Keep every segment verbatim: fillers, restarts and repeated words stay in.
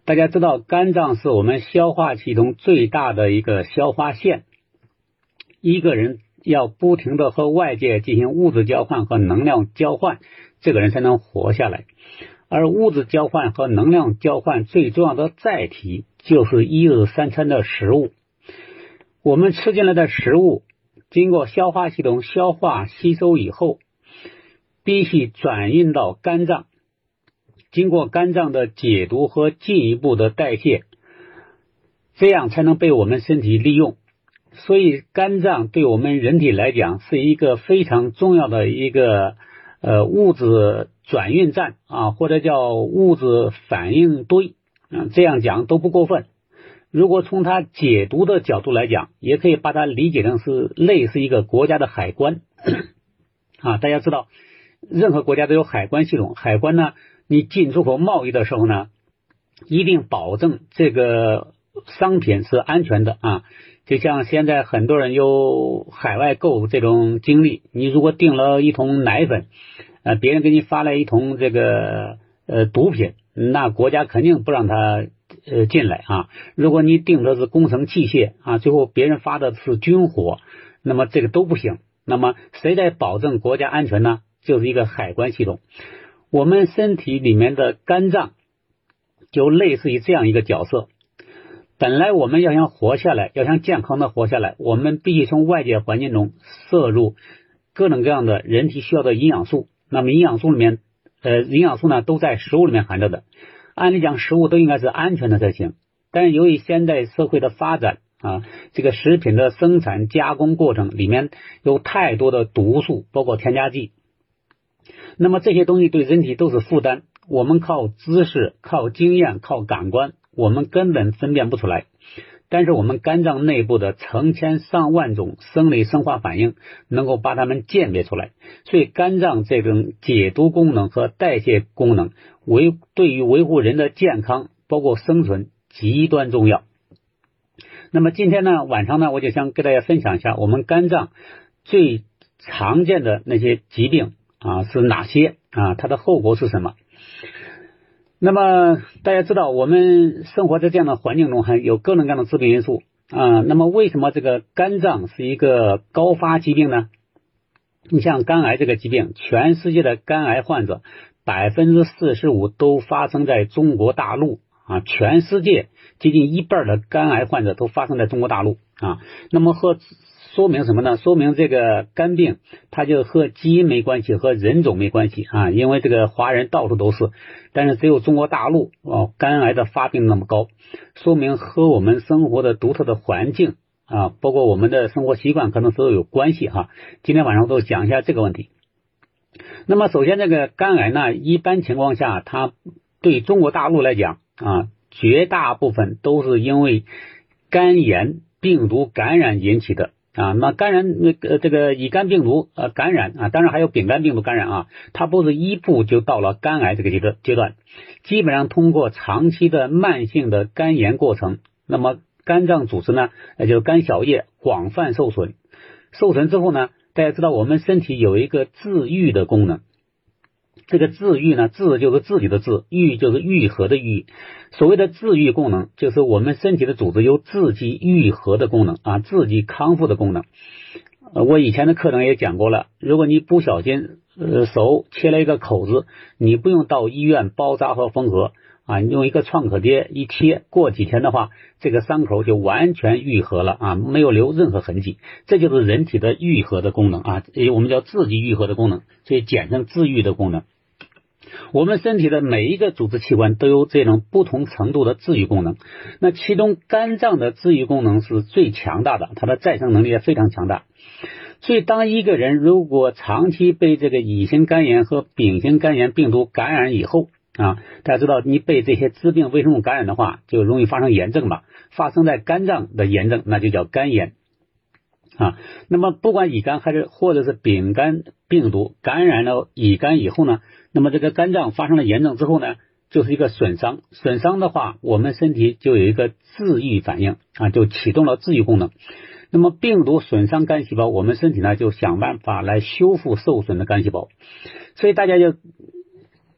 大家知道肝脏是我们消化系统最大的一个消化腺，一个人要不停的和外界进行物质交换和能量交换，这个人才能活下来。而物质交换和能量交换最重要的载体就是一日三餐的食物。我们吃进来的食物经过消化系统消化吸收以后，必须转运到肝脏，经过肝脏的解毒和进一步的代谢，这样才能被我们身体利用。所以肝脏对我们人体来讲是一个非常重要的一个呃物质转运站啊，或者叫物质反应堆啊，这样讲都不过分。如果从它解毒的角度来讲，也可以把它理解成是类似一个国家的海关啊。大家知道任何国家都有海关系统，海关呢你进出口贸易的时候呢，一定保证这个商品是安全的啊。就像现在很多人有海外购这种经历，你如果订了一桶奶粉，呃，别人给你发来一桶这个呃毒品，那国家肯定不让他呃进来啊。如果你订的是工程器械啊，最后别人发的是军火，那么这个都不行。那么谁在保证国家安全呢？就是一个海关系统。我们身体里面的肝脏就类似于这样一个角色。本来我们要想活下来，要想健康的活下来，我们必须从外界环境中摄入各种各样的人体需要的营养素。那么营养素里面呃，营养素呢都在食物里面含着的。按理讲食物都应该是安全的才行，但是由于现代社会的发展啊，这个食品的生产加工过程里面有太多的毒素，包括添加剂，那么这些东西对人体都是负担，我们靠知识、靠经验、靠感官，我们根本分辨不出来。但是我们肝脏内部的成千上万种生理生化反应能够把它们鉴别出来，所以肝脏这种解毒功能和代谢功能维对于维护人的健康包括生存极端重要。那么今天呢晚上呢，我就想跟大家分享一下我们肝脏最常见的那些疾病啊是哪些啊，它的后果是什么。那么大家知道我们生活在这样的环境中，还有各种各样的致病因素啊。那么为什么这个肝脏是一个高发疾病呢？你像肝癌这个疾病，全世界的肝癌患者百分之四十五都发生在中国大陆啊，全世界接近一半的肝癌患者都发生在中国大陆啊。那么和说明什么呢？说明这个肝病它就和基因没关系，和人种没关系啊，因为这个华人到处都是，但是只有中国大陆哦，肝癌的发病那么高，说明和我们生活的独特的环境啊，包括我们的生活习惯可能都有关系哈。今天晚上都讲一下这个问题。那么首先这个肝癌呢，一般情况下它对中国大陆来讲啊，绝大部分都是因为肝炎病毒感染引起的啊。那感染那个这个乙肝病毒呃感染啊，当然还有丙肝病毒感染啊，它不是一步就到了肝癌这个阶段阶段，基本上通过长期的慢性的肝炎过程，那么肝脏组织呢，也就是肝小叶广泛受损，受损之后呢，大家知道我们身体有一个自愈的功能。这个自愈呢，自就是自己的自，愈就是愈合的愈。所谓的自愈功能，就是我们身体的组织有自己愈合的功能啊，自己康复的功能。呃，我以前的课程也讲过了，如果你不小心呃手切了一个口子，你不用到医院包扎和缝合啊，你用一个创可贴一贴，过几天的话，这个伤口就完全愈合了啊，没有留任何痕迹。这就是人体的愈合的功能啊，我们叫自己愈合的功能，所以简称自愈的功能。我们身体的每一个组织器官都有这种不同程度的自愈功能，那其中肝脏的自愈功能是最强大的，它的再生能力也非常强大。所以当一个人如果长期被这个乙型肝炎和丙型肝炎病毒感染以后啊，大家知道你被这些致病微生物感染的话，就容易发生炎症吧，发生在肝脏的炎症那就叫肝炎啊。那么不管乙肝还是或者是丙肝病毒感染了乙肝以后呢，那么这个肝脏发生了炎症之后呢，就是一个损伤，损伤的话我们身体就有一个自愈反应啊，就启动了自愈功能。那么病毒损伤肝细胞，我们身体呢就想办法来修复受损的肝细胞。所以大家就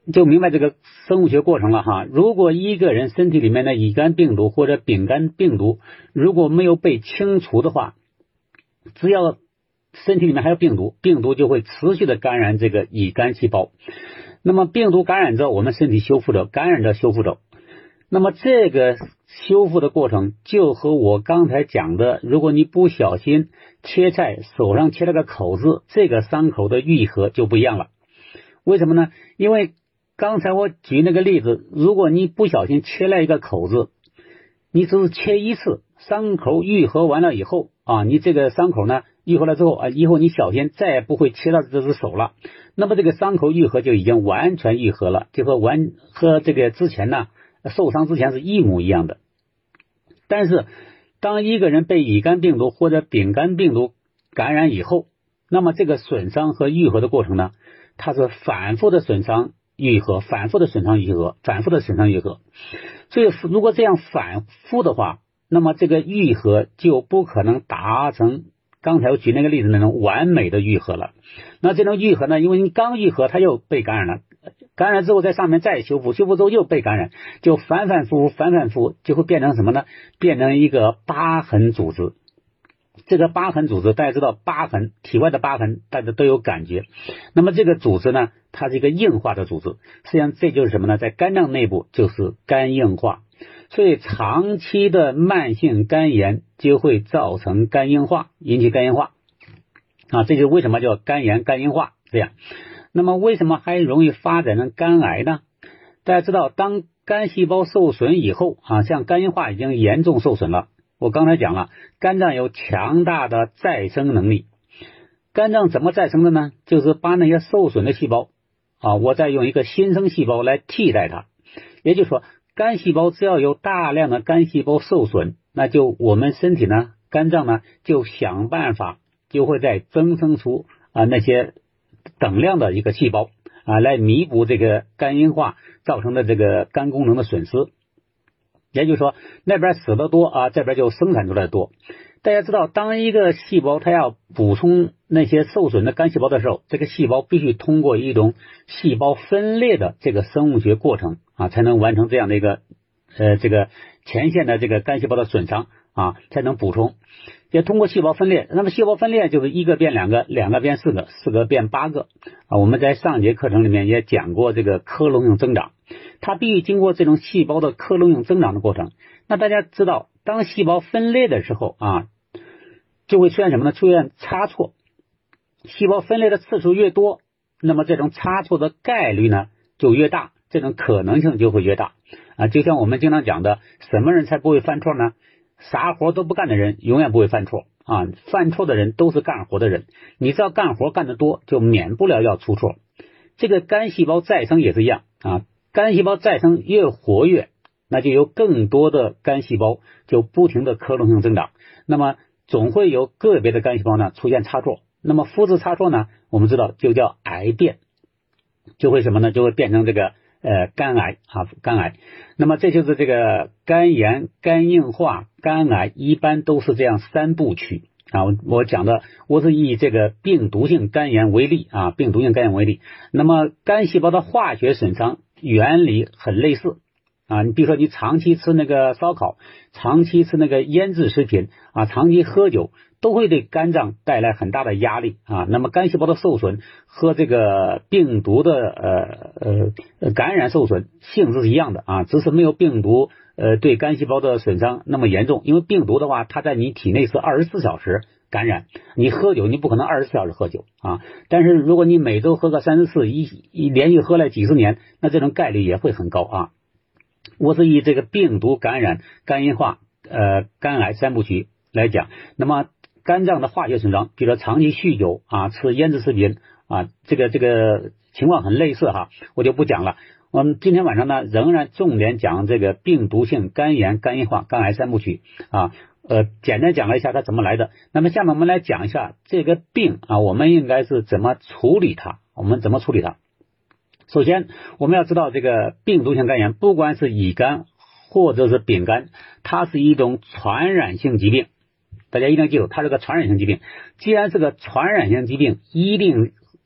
就明白这个生物学过程了哈。如果一个人身体里面的乙肝病毒或者丙肝病毒如果没有被清除的话，只要身体里面还有病毒，病毒就会持续的感染这个乙肝细胞。那么病毒感染者，我们身体修复者，感染者修复者。那么这个修复的过程就和我刚才讲的，如果你不小心切菜，手上切了个口子，这个伤口的愈合就不一样了。为什么呢？因为刚才我举那个例子，如果你不小心切了一个口子，你只是切一次，伤口愈合完了以后啊，你这个伤口呢愈合了之后啊，以后你小心再也不会切到这只手了。那么这个伤口愈合就已经完全愈合了，就和完和这个之前呢受伤之前是一模一样的。但是当一个人被乙肝病毒或者丙肝病毒感染以后，那么这个损伤和愈合的过程呢，它是反复的损伤愈合，反复的损伤愈合，反复的损伤愈合。所以如果这样反复的话，那么这个愈合就不可能达成刚才我举那个例子那种完美的愈合了。那这种愈合呢，因为你刚愈合它又被感染了，感染之后在上面再修复，修复之后又被感染，就反反复复反反复复，就会变成什么呢？变成一个疤痕组织。这个疤痕组织大家知道，疤痕体外的疤痕大家都有感觉。那么这个组织呢，它是一个硬化的组织，实际上这就是什么呢？在肝脏内部就是肝硬化。所以长期的慢性肝炎就会造成肝硬化，引起肝硬化啊，这就是为什么叫肝炎肝硬化这样。那么为什么还容易发展成肝癌呢？大家知道，当肝细胞受损以后啊，像肝硬化已经严重受损了。我刚才讲了，肝脏有强大的再生能力。肝脏怎么再生的呢？就是把那些受损的细胞啊，我再用一个新生细胞来替代它。也就是说，肝细胞只要有大量的肝细胞受损，那就我们身体呢，肝脏呢就想办法就会再增生出啊那些等量的一个细胞啊，来弥补这个肝硬化造成的这个肝功能的损失。也就是说，那边死的多啊，这边就生产出来的多。大家知道，当一个细胞它要补充那些受损的肝细胞的时候，这个细胞必须通过一种细胞分裂的这个生物学过程啊，才能完成这样的一个呃这个前线的这个肝细胞的损伤啊，才能补充。也通过细胞分裂，那么细胞分裂就是一个变两个，两个变四个，四个变八个啊。我们在上节课程里面也讲过这个克隆性增长，它必须经过这种细胞的克隆性增长的过程。那大家知道，当细胞分裂的时候啊，就会出现什么呢？出现差错。细胞分裂的次数越多，那么这种差错的概率呢就越大，这种可能性就会越大啊。就像我们经常讲的，什么人才不会犯错呢？啥活都不干的人永远不会犯错啊，犯错的人都是干活的人。你只要干活干得多，就免不了要出错。这个肝细胞再生也是一样啊，肝细胞再生越活跃，那就有更多的肝细胞就不停的克隆性增长，那么总会有个别的肝细胞呢出现差错。那么复制差错呢，我们知道就叫癌变，就会什么呢？就会变成这个呃肝癌啊，肝癌。那么这就是这个肝炎、肝硬化、肝癌，一般都是这样三部曲啊。我讲的我是以这个病毒性肝炎为例啊，病毒性肝炎为例。那么肝细胞的化学损伤原理很类似啊，你比如说你长期吃那个烧烤，长期吃那个腌制食品啊，长期喝酒，都会对肝脏带来很大的压力啊。那么肝细胞的受损和这个病毒的呃呃感染受损性质是一样的啊，只是没有病毒呃对肝细胞的损伤那么严重。因为病毒的话，它在你体内是二十四小时感染，你喝酒你不可能二十四小时喝酒啊。但是如果你每周喝个三十次，一一连续喝了几十年，那这种概率也会很高啊。我是以这个病毒感染、肝硬化、呃肝癌三部曲来讲。那么肝脏的化学损伤，比如说长期酗酒啊、吃腌制食品啊，这个这个情况很类似哈，我就不讲了。我们今天晚上呢，仍然重点讲这个病毒性肝炎、肝硬化、肝癌三部曲啊，呃，简单讲了一下它怎么来的。那么下面我们来讲一下这个病啊，我们应该是怎么处理它？我们怎么处理它？首先，我们要知道这个病毒性肝炎，不管是乙肝或者是丙肝，它是一种传染性疾病。大家一定要记住，它是个传染性疾病。既然是个传染性疾病，一定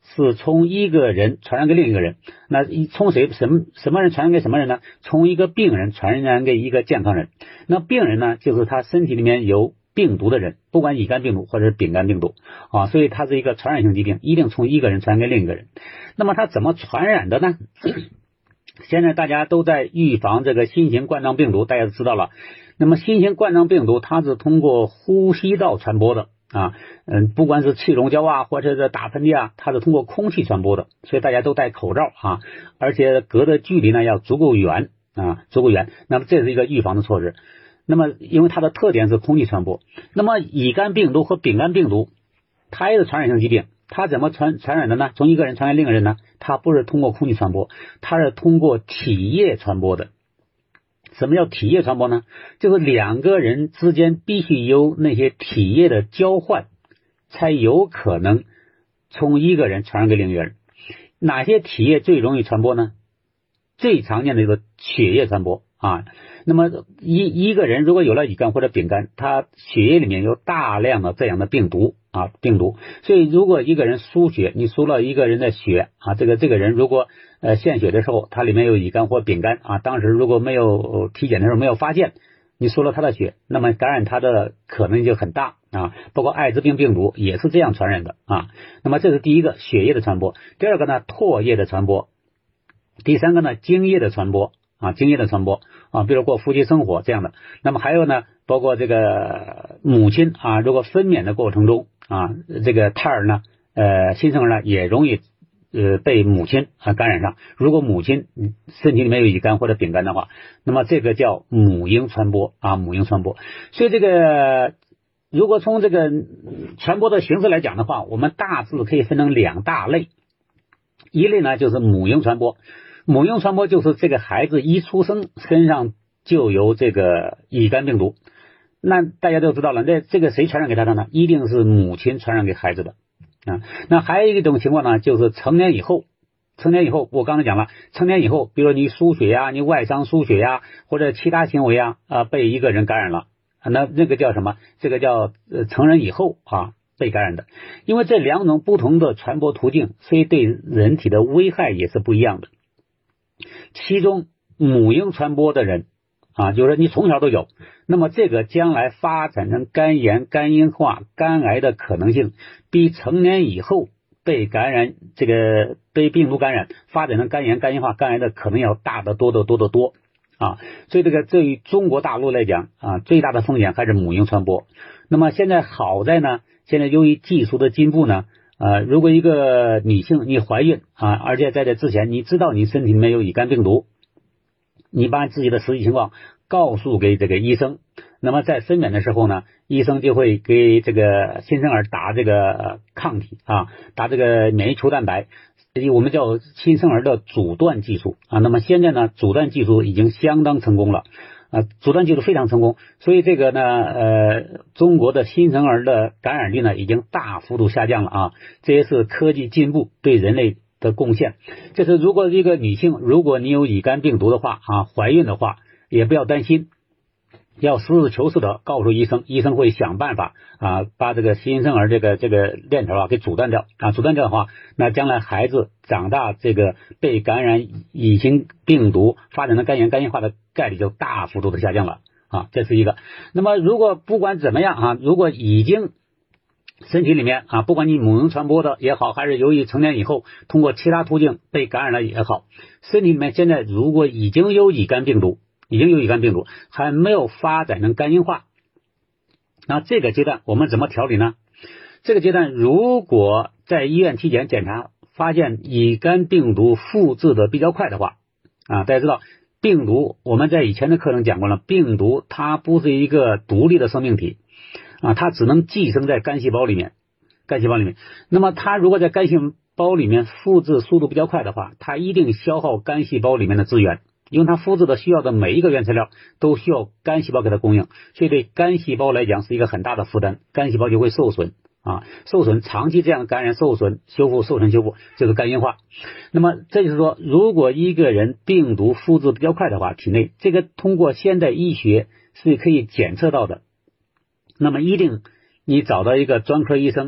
是从一个人传染给另一个人。那从谁什么什么人传染给什么人呢？从一个病人传染给一个健康人。那病人呢，就是他身体里面有病毒的人，不管乙肝病毒或者是丙肝病毒啊，所以它是一个传染性疾病，一定从一个人传染给另一个人。那么它怎么传染的呢？现在大家都在预防这个新型冠状病毒，大家都知道了。那么新型冠状病毒它是通过呼吸道传播的啊，嗯，不管是气溶胶啊，或者是打喷嚏啊，它是通过空气传播的，所以大家都戴口罩啊，而且隔的距离呢要足够远啊，足够远。那么这是一个预防的措施。那么因为它的特点是空气传播，那么乙肝病毒和丙肝病毒，它也是传染性疾病，它怎么传传染的呢？从一个人传染另一个人呢？它不是通过空气传播，它是通过体液传播的。什么叫体液传播呢？就是两个人之间必须有那些体液的交换，才有可能从一个人传染给另一个人。哪些体液最容易传播呢？最常见的一个血液传播啊。那么一一个人如果有了乙肝或者丙肝，他血液里面有大量的这样的病毒啊，病毒。所以如果一个人输血，你输了一个人的血啊，这个这个人如果呃献血的时候，他里面有乙肝或丙肝啊，当时如果没有体检的时候没有发现，你输了他的血，那么感染他的可能就很大啊。包括艾滋病病毒也是这样传染的啊。那么这是第一个，血液的传播。第二个呢，唾液的传播。第三个呢，精液的传播啊，精液的传播啊，比如过夫妻生活这样的。那么还有呢，包括这个母亲啊，如果分娩的过程中啊，这个胎儿呢，呃，新生儿呢也容易呃被母亲啊感染上。如果母亲身体里面有乙肝或者丙肝的话，那么这个叫母婴传播啊，母婴传播。所以这个如果从这个传播的形式来讲的话，我们大致可以分成两大类。一类呢就是母婴传播，母婴传播就是这个孩子一出生身上就有这个乙肝病毒，那大家都知道了，那这个谁传染给他的呢？一定是母亲传染给孩子的啊。那还有一种情况呢，就是成年以后，成年以后我刚才讲了，成年以后，比如你输血呀，你外伤输血呀，或者其他行为啊，啊被一个人感染了，那那个叫什么？这个叫呃成人以后啊被感染的。因为这两种不同的传播途径，所以对人体的危害也是不一样的。其中母婴传播的人啊，就是说你从小都有，那么这个将来发展成肝炎、肝硬化、肝癌的可能性，比成年以后被感染这个被病毒感染发展成肝炎、肝硬化、肝癌的可能要大得多得多得多啊。所以这个对于中国大陆来讲啊，最大的风险还是母婴传播。那么现在好在呢，现在由于技术的进步呢，呃，如果一个女性你怀孕啊，而且在这之前你知道你身体里面有乙肝病毒，你把自己的实际情况告诉给这个医生，那么在分娩的时候呢，医生就会给这个新生儿打这个抗体啊，打这个免疫球蛋白，我们叫新生儿的阻断技术啊。那么现在呢，阻断技术已经相当成功了。啊，阻断技术非常成功，所以这个呢，呃，中国的新生儿的感染率呢已经大幅度下降了啊，这也是科技进步对人类的贡献。这是如果一个女性，如果你有乙肝病毒的话啊，怀孕的话，也不要担心，要实事求是的告诉医生，医生会想办法啊，把这个新生儿这个这个链条啊给阻断掉啊，阻断掉的话，那将来孩子长大这个被感染乙型病毒发展成肝炎、肝硬化的概率就大幅度的下降了啊，这是一个。那么如果不管怎么样啊，如果已经身体里面啊，不管你母婴传播的也好，还是由于成年以后通过其他途径被感染了也好，身体里面现在如果已经有乙肝病毒，已经有乙肝病毒还没有发展成肝硬化，那这个阶段我们怎么调理呢？这个阶段如果在医院体检检查发现乙肝病毒复制的比较快的话啊，大家知道病毒我们在以前的课程讲过了，病毒它不是一个独立的生命体啊，它只能寄生在肝细胞里面，肝细胞里面。那么它如果在肝细胞里面复制速度比较快的话，它一定消耗肝细胞里面的资源，因为它复制的需要的每一个原材料都需要肝细胞给它供应，所以对肝细胞来讲是一个很大的负担，肝细胞就会受损啊，受损长期这样感染受损修复受损修复就是肝硬化。那么这就是说，如果一个人病毒复制比较快的话，体内这个通过现代医学是可以检测到的，那么一定你找到一个专科医生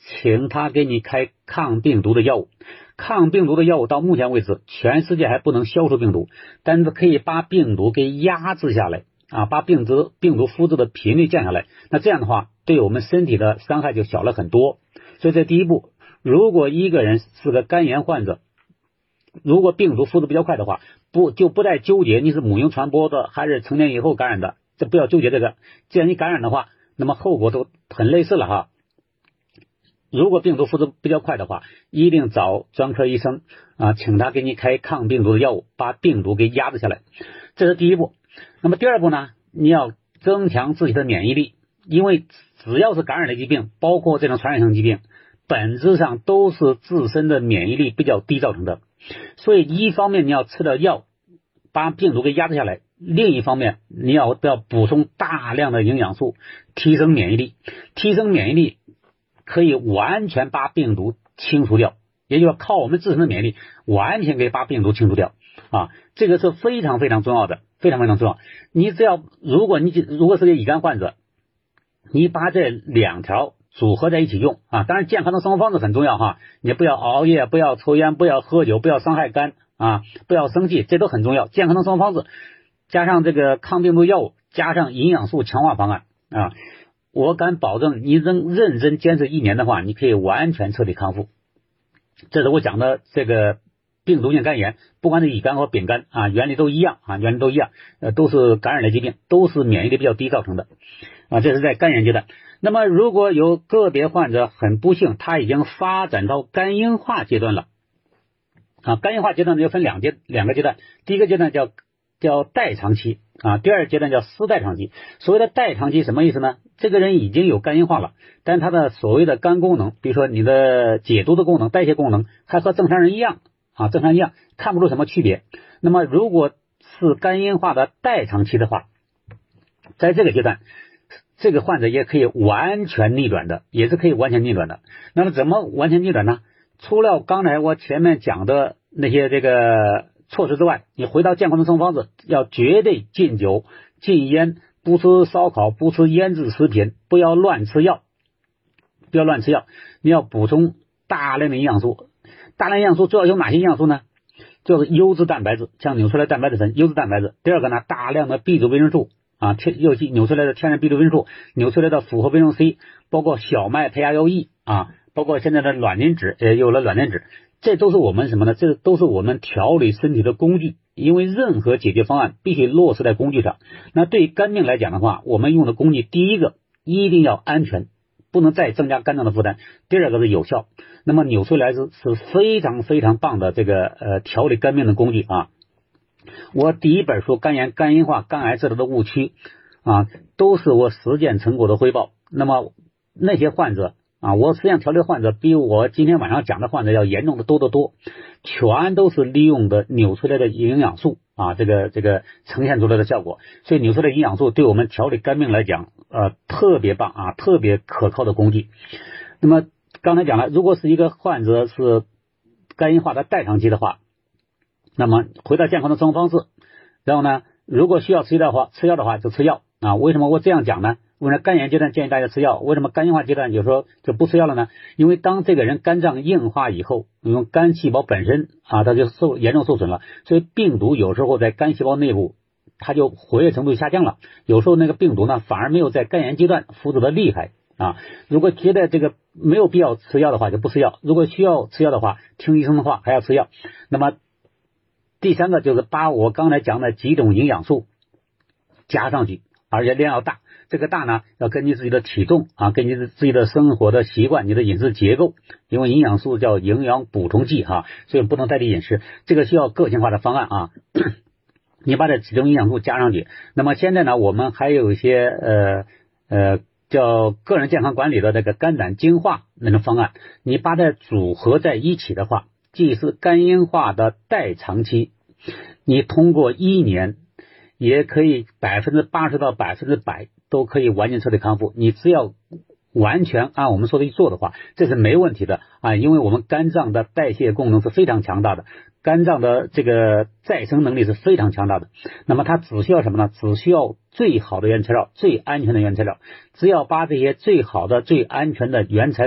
请他给你开抗病毒的药物。抗病毒的药物到目前为止，全世界还不能消除病毒，但是可以把病毒给压制下来啊，把病毒病毒复制的频率降下来。那这样的话，对我们身体的伤害就小了很多。所以这第一步，如果一个人是个肝炎患者，如果病毒复制比较快的话，不就不再纠结你是母婴传播的还是成年以后感染的，这不要纠结这个。既然你感染的话，那么后果都很类似了哈。如果病毒复制比较快的话，一定找专科医生啊，请他给你开抗病毒的药物，把病毒给压制下来。这是第一步。那么第二步呢，你要增强自己的免疫力，因为只要是感染的疾病，包括这种传染性疾病，本质上都是自身的免疫力比较低造成的。所以一方面你要吃点药把病毒给压制下来，另一方面你要要补充大量的营养素，提升免疫力。提升免疫力可以完全把病毒清除掉，也就是靠我们自身的免疫力完全可以把病毒清除掉啊，这个是非常非常重要的，非常非常重要。你只要如果你如果是个乙肝患者，你把这两条组合在一起用啊，当然健康的生活方式很重要哈，你不要熬夜，不要抽烟，不要喝酒，不要伤害肝啊，不要生气，这都很重要。健康的生活方式加上这个抗病毒药物，加上营养素强化方案啊，我敢保证你认认真坚持一年的话，你可以完全彻底康复。这是我讲的这个病毒性肝炎，不管是乙肝和丙肝啊，原理都一样啊，原理都一样，呃，都是感染类疾病，都是免疫力比较低造成的啊，这是在肝炎阶段。那么如果有个别患者很不幸，他已经发展到肝硬化阶段了啊，肝硬化阶段就分两阶两个阶段，第一个阶段叫叫代偿期啊，第二阶段叫丝代偿期。所谓的代偿期什么意思呢？这个人已经有肝硬化了，但他的所谓的肝功能，比如说你的解毒的功能、代谢功能，还和正常人一样啊，正常人一样，看不出什么区别。那么如果是肝硬化的代偿期的话，在这个阶段，这个患者也可以完全逆转的，也是可以完全逆转的。那么怎么完全逆转呢？除了刚才我前面讲的那些这个措施之外，你回到健康的生活方式，要绝对禁酒、禁烟，不吃烧烤，不吃腌制食品，不要乱吃药，不要乱吃药。你要补充大量的营养素，大量营养素主要有哪些营养素呢？就是优质蛋白质，像纽崔莱蛋白质粉、优质蛋白质。第二个呢，大量的 B 族维生素啊，尤其纽崔莱的天然 B 族维生素，纽崔莱的复合维生素 C， 包括小麦胚芽优 E 啊，包括现在的卵磷脂，也有了卵磷脂。这都是我们什么呢？这都是我们调理身体的工具，因为任何解决方案必须落实在工具上。那对于肝病来讲的话，我们用的工具，第一个一定要安全，不能再增加肝脏的负担；第二个是有效。那么纽崔莱是是非常非常棒的这个呃调理肝病的工具啊。我第一本书《肝炎、肝硬化、肝癌治疗的误区》啊，都是我实践成果的汇报。那么那些患者啊，我实际上调理患者比我今天晚上讲的患者要严重的多得多，全都是利用的纽崔莱的营养素啊，这个这个呈现出来的效果。所以纽崔莱营养素对我们调理肝病来讲，呃，特别棒啊，特别可靠的工具。那么刚才讲了，如果是一个患者是肝硬化的代偿期的话，那么回到健康的生活方式，然后呢，如果需要吃药的话，吃药的话就吃药啊。为什么我这样讲呢？为什么肝炎阶段建议大家吃药？为什么肝硬化阶段有时候就不吃药了呢？因为当这个人肝脏硬化以后，因为肝细胞本身啊，它就受严重受损了，所以病毒有时候在肝细胞内部它就活跃程度下降了。有时候那个病毒呢，反而没有在肝炎阶段复制的厉害啊。如果觉得这个没有必要吃药的话，就不吃药；如果需要吃药的话，听医生的话还要吃药。那么第三个就是把我刚才讲的几种营养素加上去，而且量要大。这个大呢，要根据自己的体重啊，根据自己的生活的习惯，你的饮食结构，因为营养素叫营养补充剂哈、啊，所以不能代替饮食，这个需要个性化的方案啊。你把这几种营养素加上去，那么现在呢，我们还有一些呃呃叫个人健康管理的这个肝胆净化那种方案，你把它组合在一起的话，既是肝硬化的代偿期，你通过一年也可以百分之八十到百分之百都可以完全彻底康复。你只要完全按我们说的去做的话，这是没问题的啊，因为我们肝脏的代谢功能是非常强大的，肝脏的这个再生能力是非常强大的。那么它只需要什么呢？只需要最好的原材料，最安全的原材料。只要把这些最好的、最安全的原材料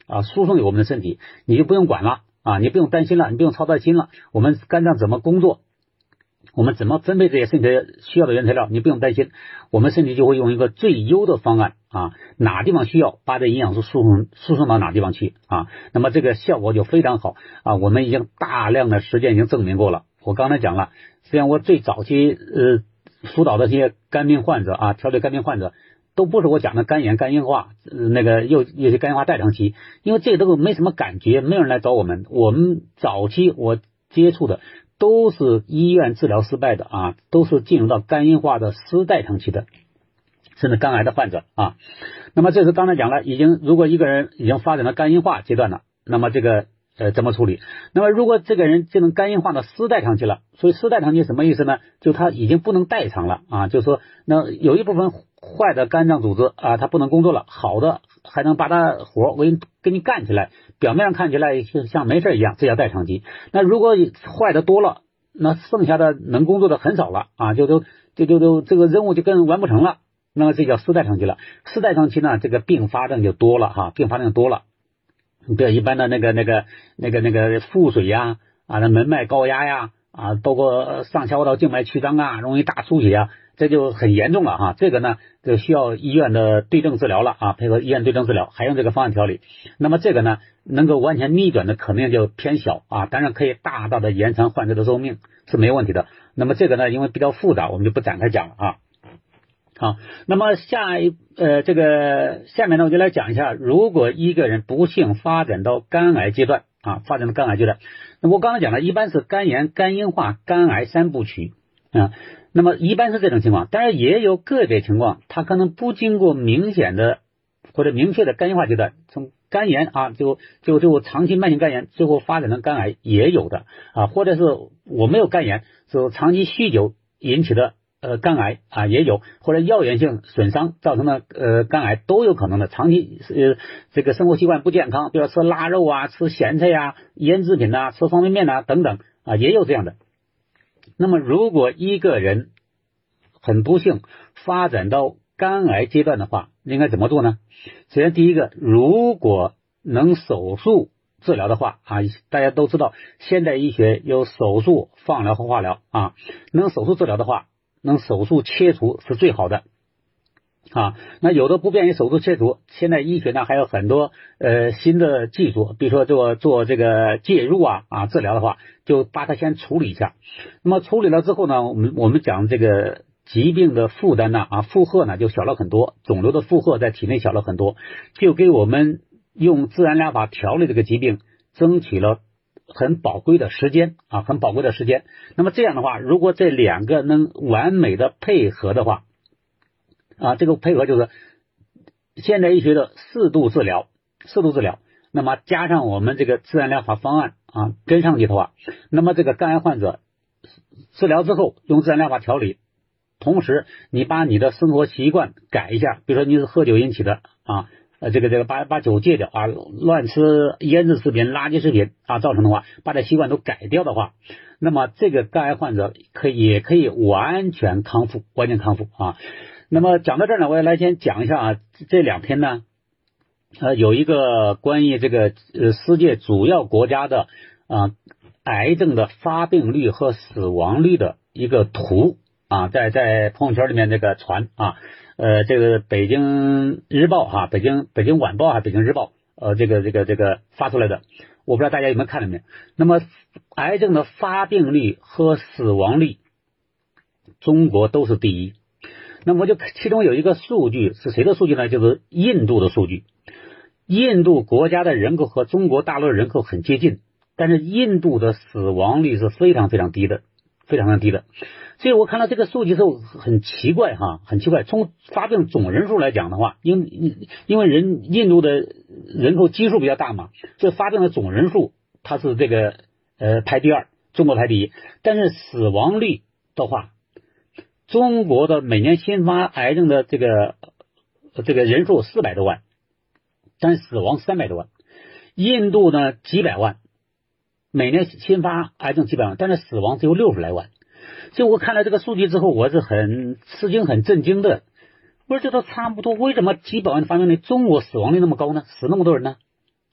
啊输送给我们的身体，你就不用管了啊，你不用担心了，你不用操担心了，我们肝脏怎么工作，我们怎么分配这些身体需要的原材料，你不用担心，我们身体就会用一个最优的方案啊，哪地方需要把这营养素输送输送到哪地方去啊，那么这个效果就非常好啊，我们已经大量的实践已经证明过了。我刚才讲了，实际上我最早期呃辅导的这些肝病患者啊，调理肝病患者都不是我讲的肝炎、肝硬化，呃、那个又有些肝硬化代偿期，因为这个都没什么感觉，没有人来找我们。我们早期我接触的都是医院治疗失败的啊，都是进入到肝硬化的失代偿期的，甚至肝癌的患者啊。那么这是刚才讲了，已经如果一个人已经发展到肝硬化阶段了，那么这个呃怎么处理？那么如果这个人进入肝硬化的失代偿期了，所以失代偿期什么意思呢？就他已经不能代偿了啊，就是说那有一部分坏的肝脏组织啊，它不能工作了，好的还能把它活我给你给你干起来，表面上看起来像没事一样，这叫代偿期。那如果坏的多了，那剩下的能工作的很少了啊，就都就就就这个任务就更完不成了，那么这叫失代偿期了。失代偿期呢，这个并发症就多了哈，并发症多了。你比如一般的那个那个那个那个腹水呀啊，那门脉高压呀啊，包括上下卧道静脉曲张啊，容易大出血啊，这就很严重了哈。这个呢，就需要医院的对症治疗了啊，配合医院对症治疗，还用这个方案调理。那么这个呢，能够完全逆转的可能性就偏小啊，当然可以大大的延长患者的寿命是没有问题的。那么这个呢，因为比较复杂，我们就不展开讲了啊。好，那么下一呃这个下面呢，我就来讲一下，如果一个人不幸发展到肝癌阶段啊，发展到肝癌阶段，那么我刚才讲了，一般是肝炎、肝硬化、肝癌三部曲啊，那么一般是这种情况，当然也有个别情况，它可能不经过明显的或者明确的肝硬化阶段，从肝炎啊就就就长期慢性肝炎最后发展成肝癌也有的啊，或者是我没有肝炎，是长期酗酒引起的呃肝癌啊也有，或者药源性损伤造成的呃肝癌都有可能的。长期呃这个生活习惯不健康，比如说吃腊肉啊、吃咸菜啊、腌制品啊、吃方便面啊等等啊，也有这样的。那么如果一个人很不幸发展到肝癌阶段的话，应该怎么做呢？首先第一个，如果能手术治疗的话啊，大家都知道现代医学有手术、放疗和化疗啊，能手术治疗的话，能手术切除是最好的啊。那有的不便于手术切除，现在医学呢还有很多呃新的技术，比如说做做这个介入啊啊治疗的话，就把它先处理一下。那么处理了之后呢，我们我们讲这个疾病的负担呢啊负荷呢就小了很多，肿瘤的负荷在体内小了很多，就给我们用自然疗法调理这个疾病争取了很宝贵的时间啊，很宝贵的时间。那么这样的话，如果这两个能完美的配合的话啊，这个配合就是现代医学的适度治疗，适度治疗，那么加上我们这个自然疗法方案啊跟上去的话，那么这个肝癌患者治疗之后用自然疗法调理，同时你把你的生活习惯改一下，比如说你是喝酒引起的啊，呃这个这个把把酒戒掉啊，乱吃腌制食品、垃圾食品啊造成的话，把这习惯都改掉的话，那么这个肝癌患者可以也可以完全康复，完全康复啊。那么讲到这儿呢，我也来先讲一下啊，这两天呢，呃有一个关于这个呃世界主要国家的啊癌症的发病率和死亡率的一个图啊，在在朋友圈里面这个传啊，呃，这个北京日报哈、啊，北京北京晚报还、啊、北京日报，呃，这个这个这个发出来的，我不知道大家有没有看到没有？那么癌症的发病率和死亡率，中国都是第一。那么就其中有一个数据是谁的数据呢？就是印度的数据。印度国家的人口和中国大陆的人口很接近，但是印度的死亡率是非常非常低的，非常非常低的。所以我看到这个数据之后很奇怪哈，很奇怪。从发病总人数来讲的话，因因为人印度的人口基数比较大嘛，所以发病的总人数它是这个呃排第二，中国排第一。但是死亡率的话，中国的每年新发癌症的这个这个人数四百多万，但死亡三百多万。印度呢几百万，每年新发癌症几百万，但是死亡只有六十来万。所以我看了这个数据之后，我是很吃惊、很震惊的。我说这都差不多，为什么几百万的发病率，中国死亡率那么高呢？死那么多人呢？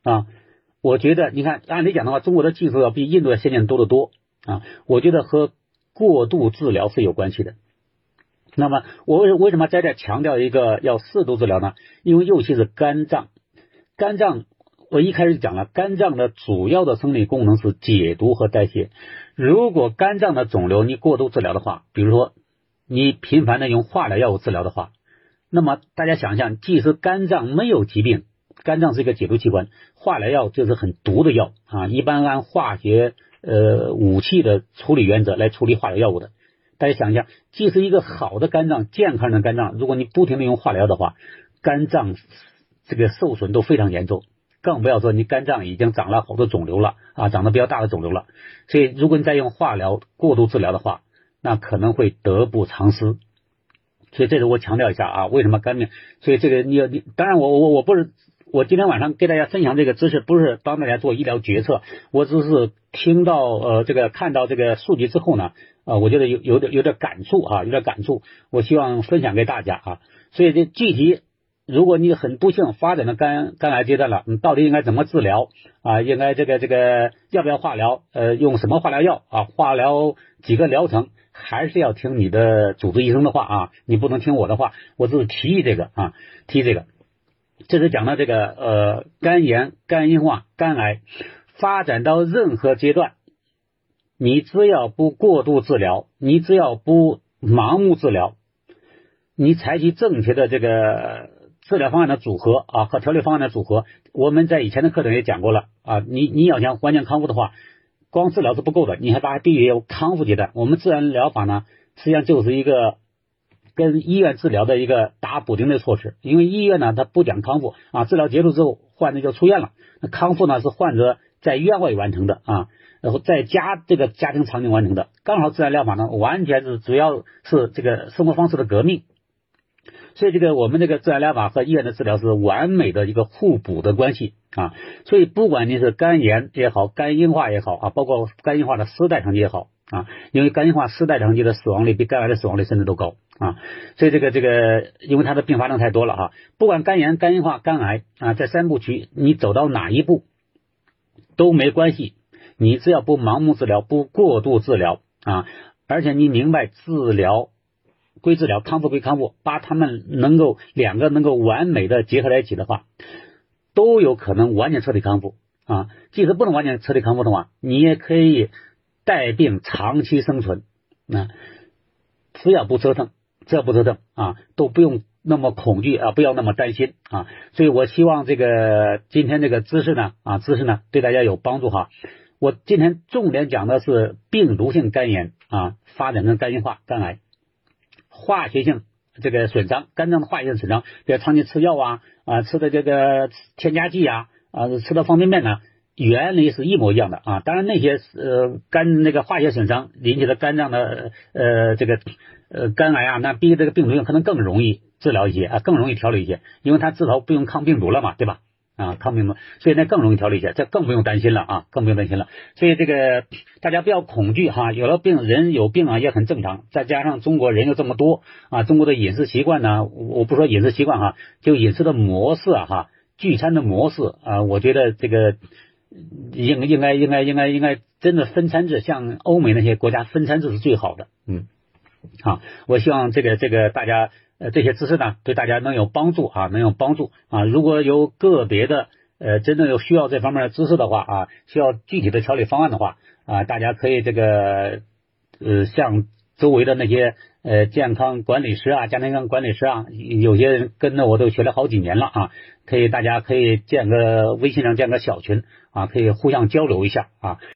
啊。我觉得你看按理讲的话，中国的技术要比印度要先进多得多啊。我觉得和过度治疗是有关系的。那么我为为什么在这强调一个要适度治疗呢？因为尤其是肝脏，肝脏我一开始讲了，肝脏的主要的生理功能是解毒和代谢。如果肝脏的肿瘤你过度治疗的话，比如说你频繁的用化疗药物治疗的话，那么大家想象，即使肝脏没有疾病，肝脏是一个解毒器官，化疗药就是很毒的药啊，一般按化学呃武器的处理原则来处理化疗药物的。大家想一下，即使一个好的肝脏，健康的肝脏，如果你不停的用化疗的话，肝脏这个受损都非常严重，更不要说你肝脏已经长了好多肿瘤了啊，长得比较大的肿瘤了。所以如果你再用化疗过度治疗的话，那可能会得不偿失。所以这是我强调一下啊，为什么肝病？所以这个你要你当然我我我不是我今天晚上给大家分享这个知识，不是帮大家做医疗决策，我只是听到呃这个看到这个数据之后呢，呃我觉得有有点有点感触啊，有点感触，我希望分享给大家啊。所以这具体如果你很不幸发展的肝肝癌阶段了，你到底应该怎么治疗啊？应该这个这个要不要化疗？呃，用什么化疗药啊？化疗几个疗程？还是要听你的主治医生的话啊，你不能听我的话，我只是提议这个啊，提这个。这是讲到这个呃肝炎、肝硬化、肝癌发展到任何阶段，你只要不过度治疗，你只要不盲目治疗，你采取正确的这个治疗方案的组合啊和调理方案的组合，我们在以前的课程也讲过了啊，你你要想完全康复的话，光治疗是不够的，你还把必须有康复阶段。我们自然疗法呢，实际上就是一个跟医院治疗的一个打补丁的措施。因为医院呢，它不讲康复啊，治疗结束之后患者就出院了。那康复呢是患者在院外完成的啊，然后在家这个家庭场景完成的。刚好自然疗法呢，完全是主要是这个生活方式的革命。所以这个我们这个自然疗法和医院的治疗是完美的一个互补的关系啊，所以不管你是肝炎也好，肝硬化也好啊，包括肝硬化的丝带长期也好啊，因为肝硬化丝带长期的死亡率比肝癌的死亡率甚至都高啊，所以这个这个因为它的并发症太多了哈，不管肝炎、肝硬化、肝癌啊，在三部曲你走到哪一步都没关系，你只要不盲目治疗，不过度治疗啊，而且你明白治疗归治疗，康复归康复，把他们能够两个能够完美的结合在一起的话，都有可能完全彻底康复啊。即使不能完全彻底康复的话，你也可以带病长期生存啊。只要不折腾，只要不折腾啊，都不用那么恐惧啊，不要那么担心啊。所以我希望这个今天这个知识呢啊，知识呢对大家有帮助哈。我今天重点讲的是病毒性肝炎啊，发展成肝硬化、肝癌。化学性这个损伤，肝脏的化学性损伤，比如长期吃药啊啊吃的这个添加剂啊啊吃的方便面呢，原理是一模一样的啊。当然那些呃肝那个化学损伤引起的肝脏的呃这个呃肝癌啊，那比这个病毒性可能更容易治疗一些啊，更容易调理一些，因为它至少不用抗病毒了嘛，对吧？啊，抗病毒，所以那更容易调理一些，这更不用担心了啊，更不用担心了。所以这个大家不要恐惧哈，有了病人有病啊也很正常，再加上中国人又这么多啊，中国的饮食习惯呢，我不说饮食习惯哈，就饮食的模式啊哈，聚餐的模式啊，我觉得这个应应该应该应该应该真的分餐制，像欧美那些国家分餐制是最好的，嗯，好，我希望这个这个大家。呃，这些知识呢，对大家能有帮助啊，能有帮助啊。如果有个别的呃，真的有需要这方面的知识的话啊，需要具体的调理方案的话啊，大家可以这个呃，向周围的那些呃健康管理师啊、家庭健康管理师啊，有些人跟着我都学了好几年了啊，可以大家可以建个微信上建个小群啊，可以互相交流一下啊。